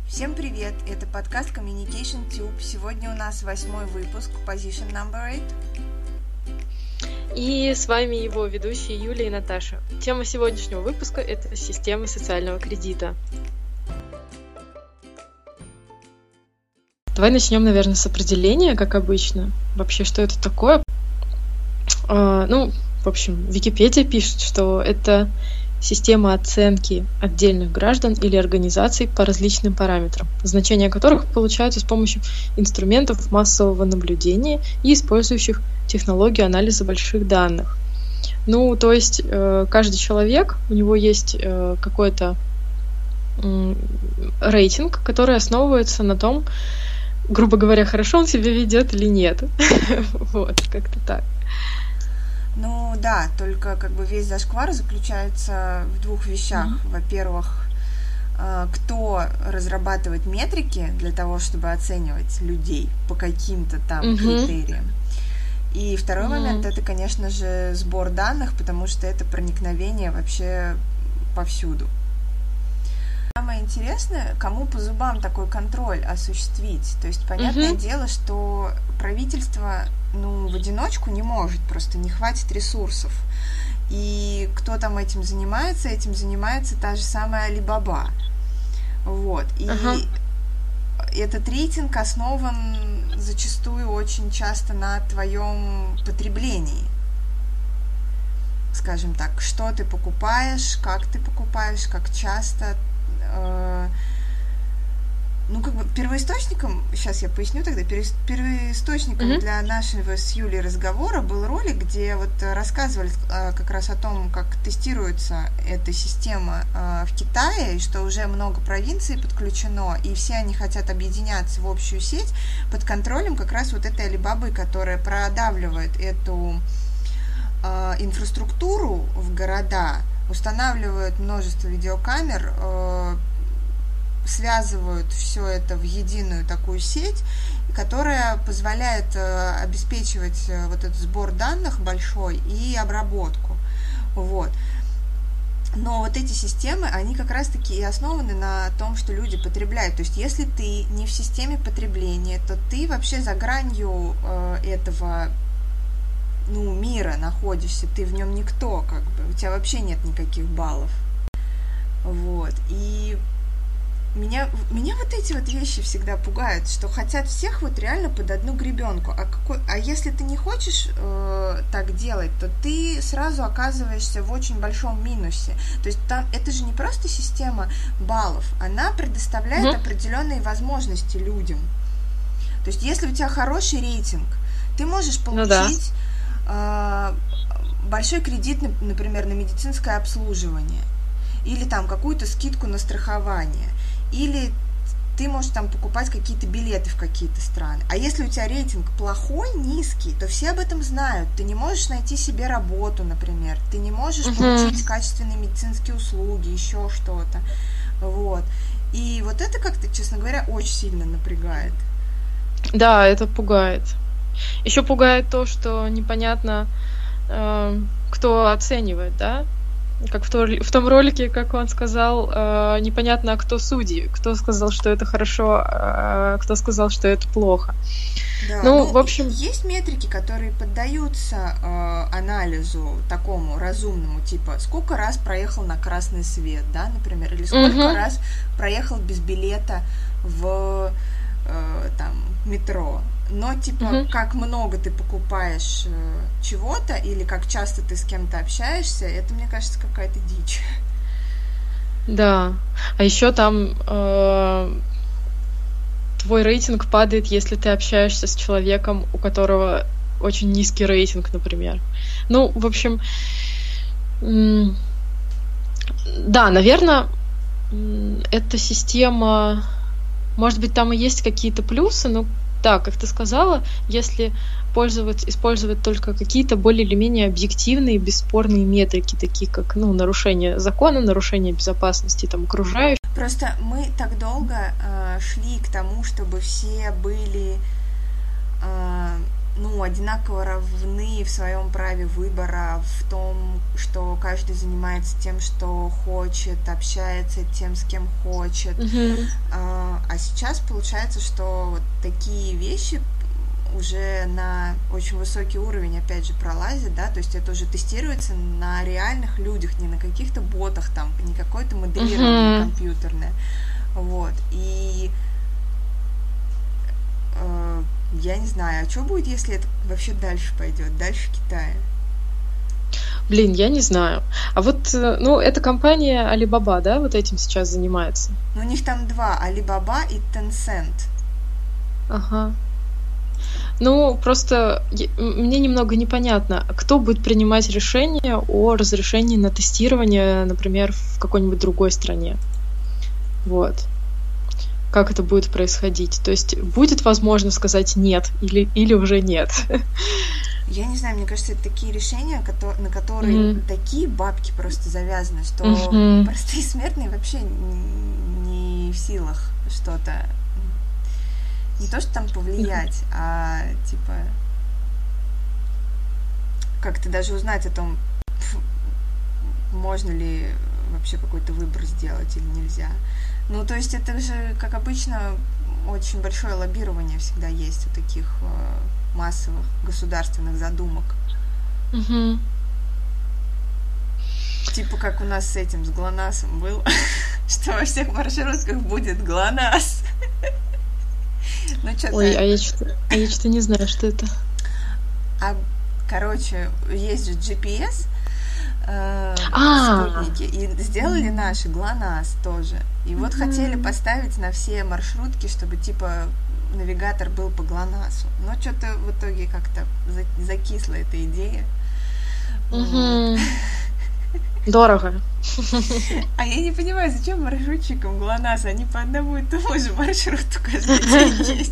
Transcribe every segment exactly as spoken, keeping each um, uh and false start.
Всем привет! Это подкаст Communication Tube. Сегодня у нас восьмой выпуск, Position Number eight. И с вами его ведущие Юлия и Наташа. Тема сегодняшнего выпуска — это система социального кредита. Давай начнем, наверное, с определения, как обычно. Вообще, что это такое? А, ну, в общем, Википедия пишет, что это система оценки отдельных граждан или организаций по различным параметрам, значения которых получаются с помощью инструментов массового наблюдения и использующих технологию анализа больших данных. Ну, то есть э, каждый человек, у него есть э, какой-то э, рейтинг, который основывается на том, грубо говоря, хорошо он себя ведет или нет. Вот, как-то так. Ну да, только как бы весь зашквар заключается в двух вещах. Mm-hmm. Во-первых, кто разрабатывает метрики для того, чтобы оценивать людей по каким-то там mm-hmm. критериям. И второй mm-hmm. момент — это, конечно же, сбор данных, потому что это проникновение вообще повсюду. Самое интересное, кому по зубам такой контроль осуществить. То есть, понятное mm-hmm. дело, что правительство, ну, в одиночку не может, просто не хватит ресурсов. И кто там этим занимается? Этим занимается та же самая Alibaba. Вот. И uh-huh. этот рейтинг основан зачастую очень часто на твоем потреблении. Скажем так, что ты покупаешь, как ты покупаешь, как часто. Ну, как бы первоисточником, сейчас я поясню тогда, первоисточником mm-hmm. для нашего с Юлей разговора был ролик, где вот рассказывали как раз о том, как тестируется эта система в Китае, и что уже много провинций подключено, и все они хотят объединяться в общую сеть под контролем как раз вот этой Алибабы, которая продавливает эту инфраструктуру в города, устанавливают множество видеокамер, связывают все это в единую такую сеть, которая позволяет обеспечивать вот этот сбор данных большой и обработку. Вот. Но вот эти системы, они как раз-таки и основаны на том, что люди потребляют. То есть если ты не в системе потребления, то ты вообще за гранью этого ну, мира находишься, ты в нем никто, как бы, у тебя вообще нет никаких баллов. Вот. И меня, меня вот эти вот вещи всегда пугают, что хотят всех вот реально под одну гребенку. А, какой, а если ты не хочешь э, так делать, то ты сразу оказываешься в очень большом минусе. То есть там это же не просто система баллов, она предоставляет mm-hmm. определенные возможности людям. То есть если у тебя хороший рейтинг, ты можешь получить ну, да. э, большой кредит, например, на медицинское обслуживание, или там какую-то скидку на страхование. Или ты можешь там покупать какие-то билеты в какие-то страны. А если у тебя рейтинг плохой, низкий, то все об этом знают. Ты не можешь найти себе работу, например. Ты не можешь uh-huh. получить качественные медицинские услуги, еще что-то. Вот. И вот это как-то, честно говоря, очень сильно напрягает. Да, это пугает. Еще пугает то, что непонятно, э, кто оценивает, да? Как в, то, в том ролике, как он сказал, э, непонятно, кто судьи, кто сказал, что это хорошо, а кто сказал, что это плохо. Да, ну, ну, в общем... Есть метрики, которые поддаются э, анализу такому разумному, типа сколько раз проехал на красный свет, да, например, или сколько uh-huh. раз проехал без билета в э, там, метро. Но, типа, uh-huh. как много ты покупаешь э, чего-то, или как часто ты с кем-то общаешься, это, мне кажется, какая-то дичь. Да. А еще там э, твой рейтинг падает, если ты общаешься с человеком, у которого очень низкий рейтинг, например. Ну, в общем, м- да, наверное, м- эта система, может быть, там и есть какие-то плюсы, но да, как ты сказала, если пользовать, использовать только какие-то более или менее объективные, бесспорные метрики, такие как ну, нарушение закона, нарушение безопасности там, окружающих. Просто мы так долго э, шли к тому, чтобы все были э, ну, одинаково равны в своем праве выбора, в том, что каждый занимается тем, что хочет, общается тем, с кем хочет. Mm-hmm. А, сейчас получается, что вот такие вещи уже на очень высокий уровень, опять же, пролазят, да, то есть это уже тестируется на реальных людях, не на каких-то ботах там, не какое-то моделирование uh-huh. компьютерное, вот, и э, я не знаю, а что будет, если это вообще дальше пойдет, дальше Китая? Блин, я не знаю. А вот, ну, эта компания Alibaba, да, вот этим сейчас занимается? Ну, у них там два, Alibaba и Tencent. Ага. Ну, просто мне немного непонятно, кто будет принимать решение о разрешении на тестирование, например, в какой-нибудь другой стране. Вот. Как это будет происходить? То есть будет возможно сказать нет или, или уже нет? Я не знаю, мне кажется, это такие решения, на которые mm-hmm. такие бабки просто завязаны, что mm-hmm. простые смертные вообще не в силах что-то, не то что там повлиять, mm-hmm. а типа как-то даже узнать о том, можно ли вообще какой-то выбор сделать или нельзя. Ну, то есть это же, как обычно, очень большое лоббирование всегда есть у таких массовых государственных задумок. Угу. Типа как у нас с этим, с ГЛОНАССом было, что во всех маршрутках будет ГЛОНАСС. Ну, что-то... Ой, а я что-то, а я что-то не знаю, что это. А, короче, есть же джи пи эс, э, спутники, и сделали наши ГЛОНАСС тоже. И вот хотели поставить на все маршрутки, чтобы, типа, навигатор был по ГЛОНАССу. Но что-то в итоге как-то закисла эта идея. Угу. Дорого. А я не понимаю, зачем маршрутчикам ГЛОНАСС? Они по одному и тому же маршруту каждый день ездят.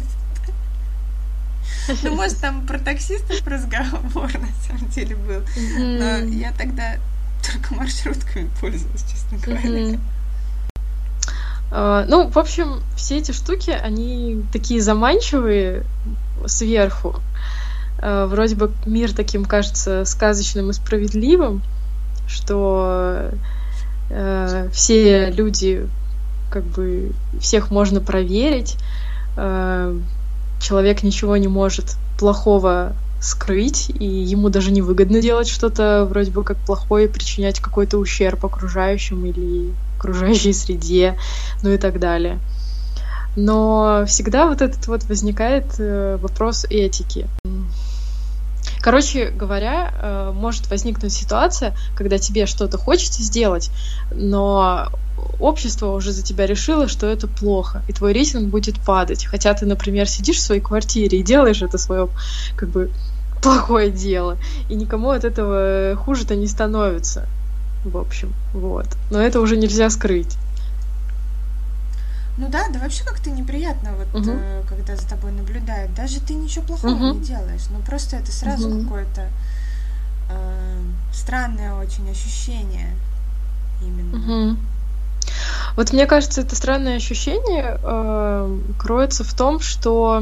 Ну, может, там про таксистов разговор на самом деле был. Но я тогда только маршрутками пользовалась, честно говоря. Uh, ну, в общем, все эти штуки, они такие заманчивые сверху. Uh, вроде бы мир таким кажется сказочным и справедливым, что uh, все люди, как бы, всех можно проверить, uh, человек ничего не может плохого скрыть, и ему даже не выгодно делать что-то вроде бы как плохое, причинять какой-то ущерб окружающим или окружающей среде, ну и так далее. Но всегда вот этот вот возникает вопрос этики. Короче говоря, может возникнуть ситуация, когда тебе что-то хочется сделать, но общество уже за тебя решило, что это плохо, и твой рейтинг будет падать. Хотя ты, например, сидишь в своей квартире и делаешь это свое, как бы, плохое дело, и никому от этого хуже-то не становится. В общем, вот. Но это уже нельзя скрыть. Ну да, да вообще как-то неприятно, вот, uh-huh. э, когда за тобой наблюдают. Даже ты ничего плохого uh-huh. не делаешь, но просто это сразу uh-huh. какое-то э, странное очень ощущение именно. Uh-huh. Вот мне кажется, это странное ощущение э, кроется в том, что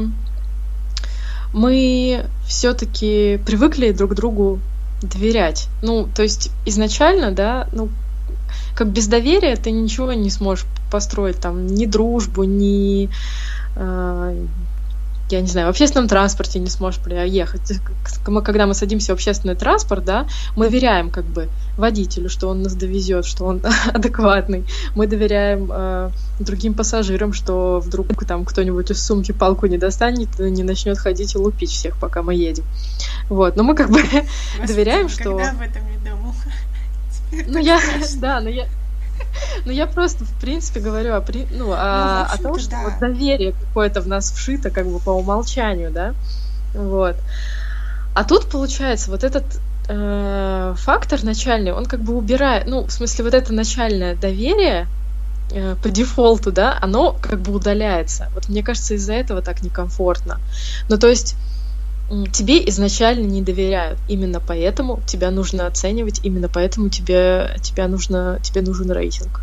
мы все-таки привыкли друг к другу доверять. Ну, то есть изначально, да, ну, как без доверия ты ничего не сможешь построить, там, ни дружбу, ни, э, я не знаю, в общественном транспорте не сможешь проехать. Когда мы садимся в общественный транспорт, да, мы доверяем, как бы, водителю, что он нас довезет, что он адекватный. Мы доверяем э, другим пассажирам, что вдруг там кто-нибудь из сумки палку не достанет, не начнет ходить и лупить всех, пока мы едем. Вот, но мы как бы Господи, доверяем, что... Когда об этом не думал? Ну я, да, но я... Ну, я просто, в принципе, говорю о, при... ну, о, ну, о том, что да. вот доверие какое-то в нас вшито, как бы по умолчанию, да, вот. А тут, получается, вот этот э, фактор начальный, он как бы убирает, ну, в смысле, вот это начальное доверие э, по дефолту, да, оно как бы удаляется. Вот мне кажется, из-за этого так некомфортно. Ну, то есть тебе изначально не доверяют. Именно поэтому тебя нужно оценивать, именно поэтому тебе, тебя нужно, тебе нужен рейтинг.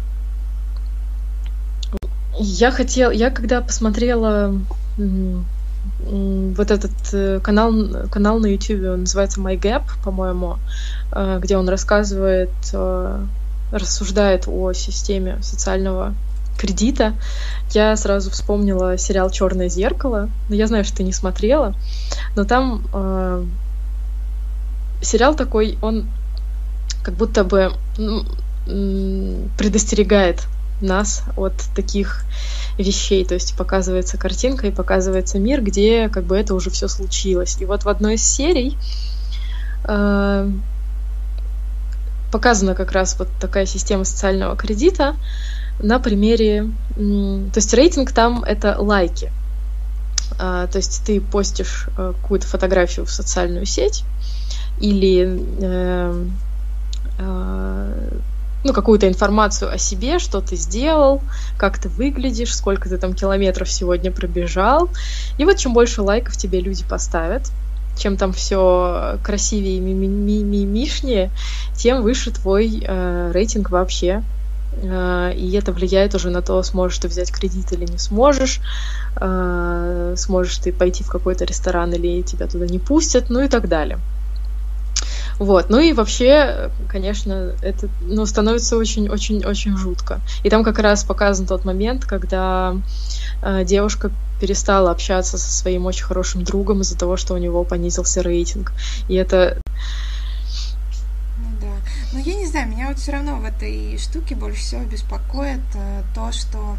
Я хотела, я когда посмотрела м, м, вот этот канал, канал на YouTube, он называется MyGap, по-моему, э, где он рассказывает, э, рассуждает о системе социального кредита, я сразу вспомнила сериал «Черное зеркало». Ну, я знаю, что ты не смотрела, но там э, сериал такой, он как будто бы ну, предостерегает нас от таких вещей, то есть показывается картинка и показывается мир, где как бы это уже все случилось. И вот в одной из серий э, показана как раз вот такая система социального кредита на примере, то есть рейтинг там это лайки, э, то есть ты постишь э, какую-то фотографию в социальную сеть или э, э, ну, какую-то информацию о себе, что ты сделал, как ты выглядишь, сколько ты там километров сегодня пробежал. И вот чем больше лайков тебе люди поставят, чем там все красивее и мимишнее, тем выше твой э, рейтинг вообще. Э, и это влияет уже на то, сможешь ты взять кредит или не сможешь, э, сможешь ты пойти в какой-то ресторан или тебя туда не пустят, ну и так далее. Вот, ну и вообще, конечно, это ну, становится очень-очень-очень жутко. И там как раз показан тот момент, когда э, девушка перестала общаться со своим очень хорошим другом из-за того, что у него понизился рейтинг. И это... Ну да. Но я не знаю, меня вот все равно в этой штуке больше всего беспокоит э, то, что...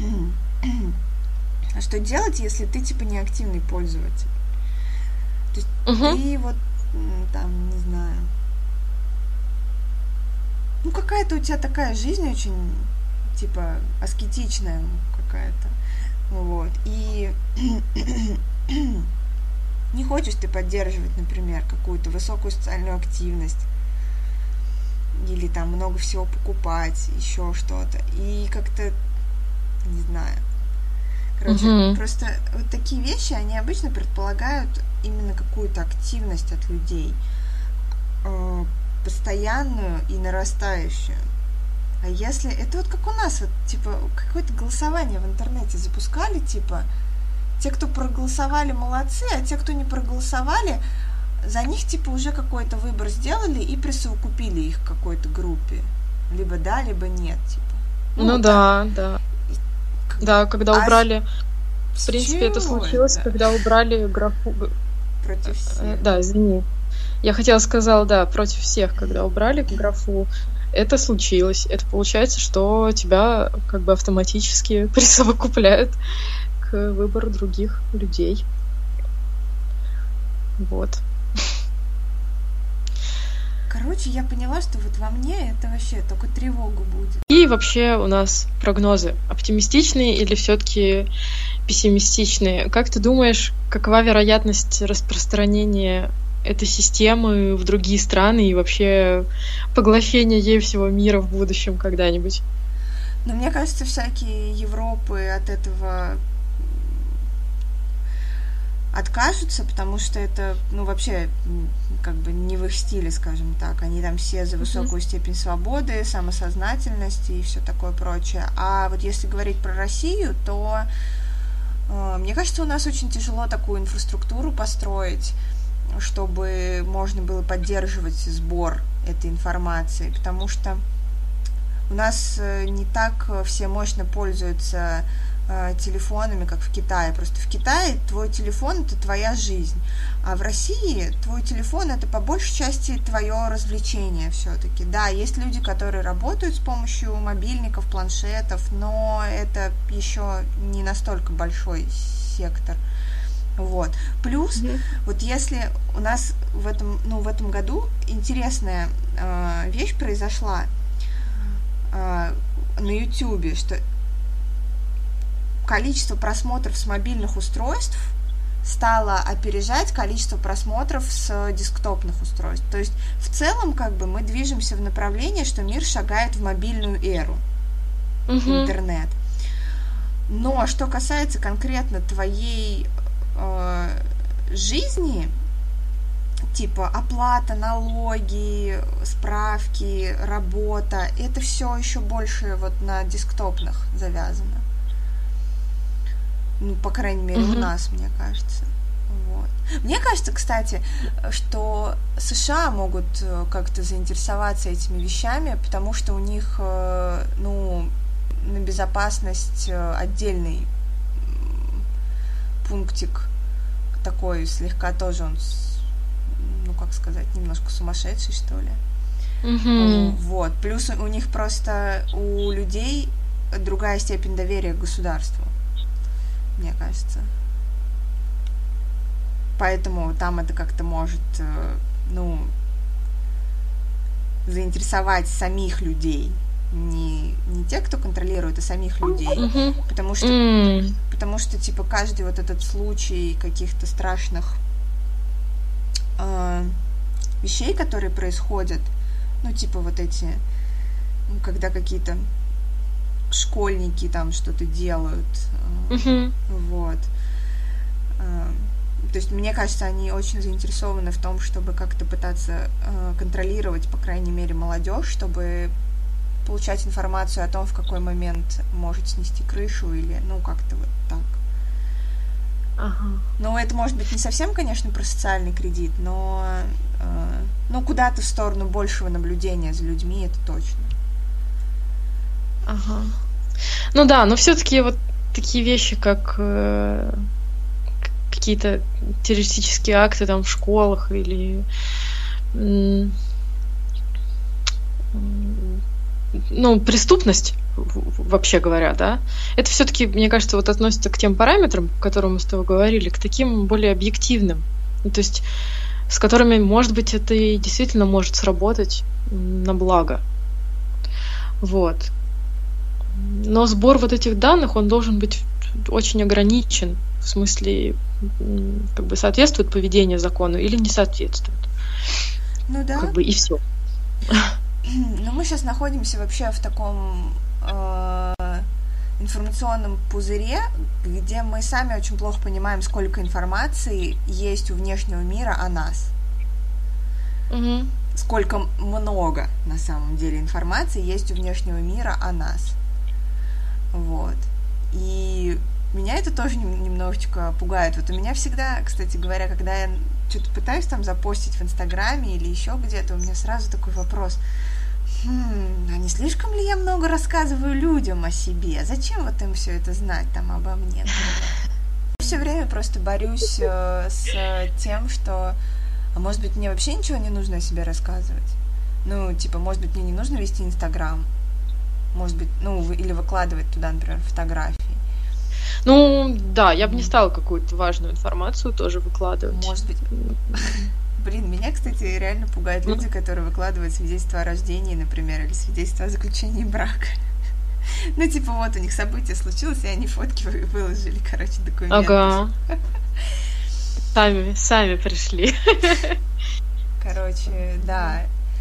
что делать, если ты, типа, неактивный пользователь. То есть угу. ты вот там, не знаю. Ну, какая-то у тебя такая жизнь очень, типа, аскетичная какая-то. Вот. И не хочешь ты поддерживать, например, какую-то высокую социальную активность или там много всего покупать, еще что-то. И как-то, не знаю. Короче, uh-huh. просто вот такие вещи, они обычно предполагают именно какую-то активность от людей, э, постоянную и нарастающую. А если... Это вот как у нас, вот, типа, какое-то голосование в интернете запускали, типа, те, кто проголосовали, молодцы, а те, кто не проголосовали, за них, типа, уже какой-то выбор сделали и присовокупили их к какой-то группе. Либо да, либо нет, типа. Ну, ну да, да. Да, когда а убрали... В принципе, это случилось, это? Когда убрали графу... Против всех. Да, извини. Я хотела сказать, да, против всех, когда убрали графу. Это случилось. Это получается, что тебя как бы автоматически присовокупляют к выбору других людей. Вот. Короче, я поняла, что вот во мне это вообще только тревога будет. И вообще у нас прогнозы оптимистичные или все-таки пессимистичные? Как ты думаешь, какова вероятность распространения этой системы в другие страны и вообще поглощения ей всего мира в будущем когда-нибудь? Ну, мне кажется, всякие Европы от этого откажутся, потому что это, ну, вообще, как бы не в их стиле, скажем так. Они там все за высокую mm-hmm. степень свободы, самосознательности и все такое прочее. А вот если говорить про Россию, то э, мне кажется, у нас очень тяжело такую инфраструктуру построить, чтобы можно было поддерживать сбор этой информации, потому что у нас не так все мощно пользуются телефонами, как в Китае. Просто в Китае твой телефон — это твоя жизнь, а в России твой телефон — это по большей части твое развлечение все-таки. Да, есть люди, которые работают с помощью мобильников, планшетов, но это еще не настолько большой сектор. Вот. Плюс, mm-hmm. вот если у нас в этом, ну, в этом году интересная э, вещь произошла э, на Ютубе, что количество просмотров с мобильных устройств стало опережать количество просмотров с десктопных устройств. То есть в целом как бы мы движемся в направлении, что мир шагает в мобильную эру, mm-hmm. интернет. Но что касается конкретно твоей э, жизни, типа оплата, налоги, справки, работа, это все еще больше вот на десктопных завязано. Ну, по крайней мере, mm-hmm. у нас, мне кажется. Вот. Мне кажется, кстати, что США могут как-то заинтересоваться этими вещами, потому что у них, ну, на безопасность отдельный пунктик такой, слегка тоже он, ну, как сказать, немножко сумасшедший, что ли. Mm-hmm. Вот. Плюс у них просто, у людей другая степень доверия к государству, мне кажется. Поэтому там это как-то может, ну, заинтересовать самих людей. Не, не те, кто контролирует, а самих людей. Mm-hmm. Потому что, mm. потому что, типа, каждый вот этот случай каких-то страшных э, вещей, которые происходят, ну, типа, вот эти, ну, когда какие-то школьники там что-то делают, э, mm-hmm. вот. Э, то есть, мне кажется, они очень заинтересованы в том, чтобы как-то пытаться э, контролировать, по крайней мере, молодежь, чтобы получать информацию о том, в какой момент может снести крышу или, ну, как-то вот так. Ага. Ну, это может быть не совсем, конечно, про социальный кредит, но э, ну, куда-то в сторону большего наблюдения за людьми, это точно. Ага. Ну да, но все-таки вот такие вещи, как э, какие-то террористические акты там в школах или м- ну, преступность, вообще говоря, да, это все-таки, мне кажется, вот относится к тем параметрам, о которых мы с тобой говорили, к таким более объективным, ну, то есть с которыми, может быть, это и действительно может сработать на благо. Вот. Но сбор вот этих данных, он должен быть очень ограничен, в смысле, как бы соответствует поведению закону или не соответствует. Ну да. Как бы и все. Ну, мы сейчас находимся вообще в таком э, информационном пузыре, где мы сами очень плохо понимаем, сколько информации есть у внешнего мира о нас. Угу. Сколько много, на самом деле, информации есть у внешнего мира о нас. Вот. И меня это тоже немножечко пугает. Вот у меня всегда, кстати говоря, когда я что-то пытаюсь там запостить в Инстаграме или еще где-то, у меня сразу такой вопрос: хм, а не слишком ли я много рассказываю людям о себе? Зачем вот им все это знать там обо мне? Все время просто борюсь э, с тем, что, а может быть, мне вообще ничего не нужно о себе рассказывать? Ну, типа, может быть, мне не нужно вести Инстаграм? Может быть, ну, или выкладывать туда, например, фотографии. Ну, да, я бы не стала какую-то важную информацию тоже выкладывать. Может быть. Блин, меня, кстати, реально пугают люди, которые выкладывают свидетельство о рождении, например, или свидетельство о заключении брака. Ну, типа, вот у них событие случилось, и они фотки выложили, короче, документы. Ага. Сами, сами пришли. Короче, да.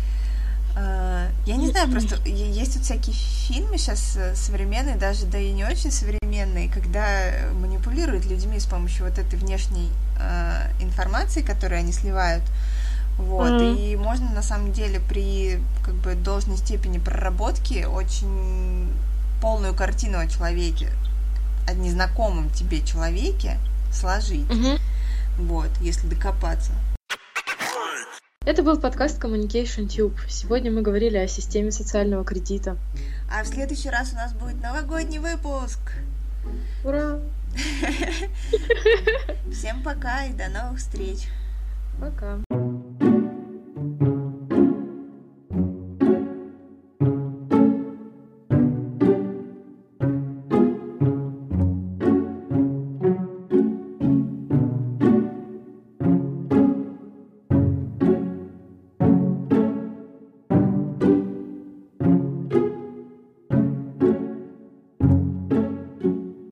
Я не знаю, просто есть вот всякие фильмы сейчас современные, даже да и не очень современные, когда манипулируют людьми с помощью вот этой внешней э, информации, которую они сливают. Вот. Mm-hmm. И можно на самом деле при как бы должной степени проработки очень полную картину о человеке, о незнакомом тебе человеке сложить. Mm-hmm. Вот, если докопаться. Это был подкаст Communication Tube. Сегодня мы говорили о системе социального кредита. А в следующий раз у нас будет новогодний выпуск. Ура! Всем пока и до новых встреч. Пока.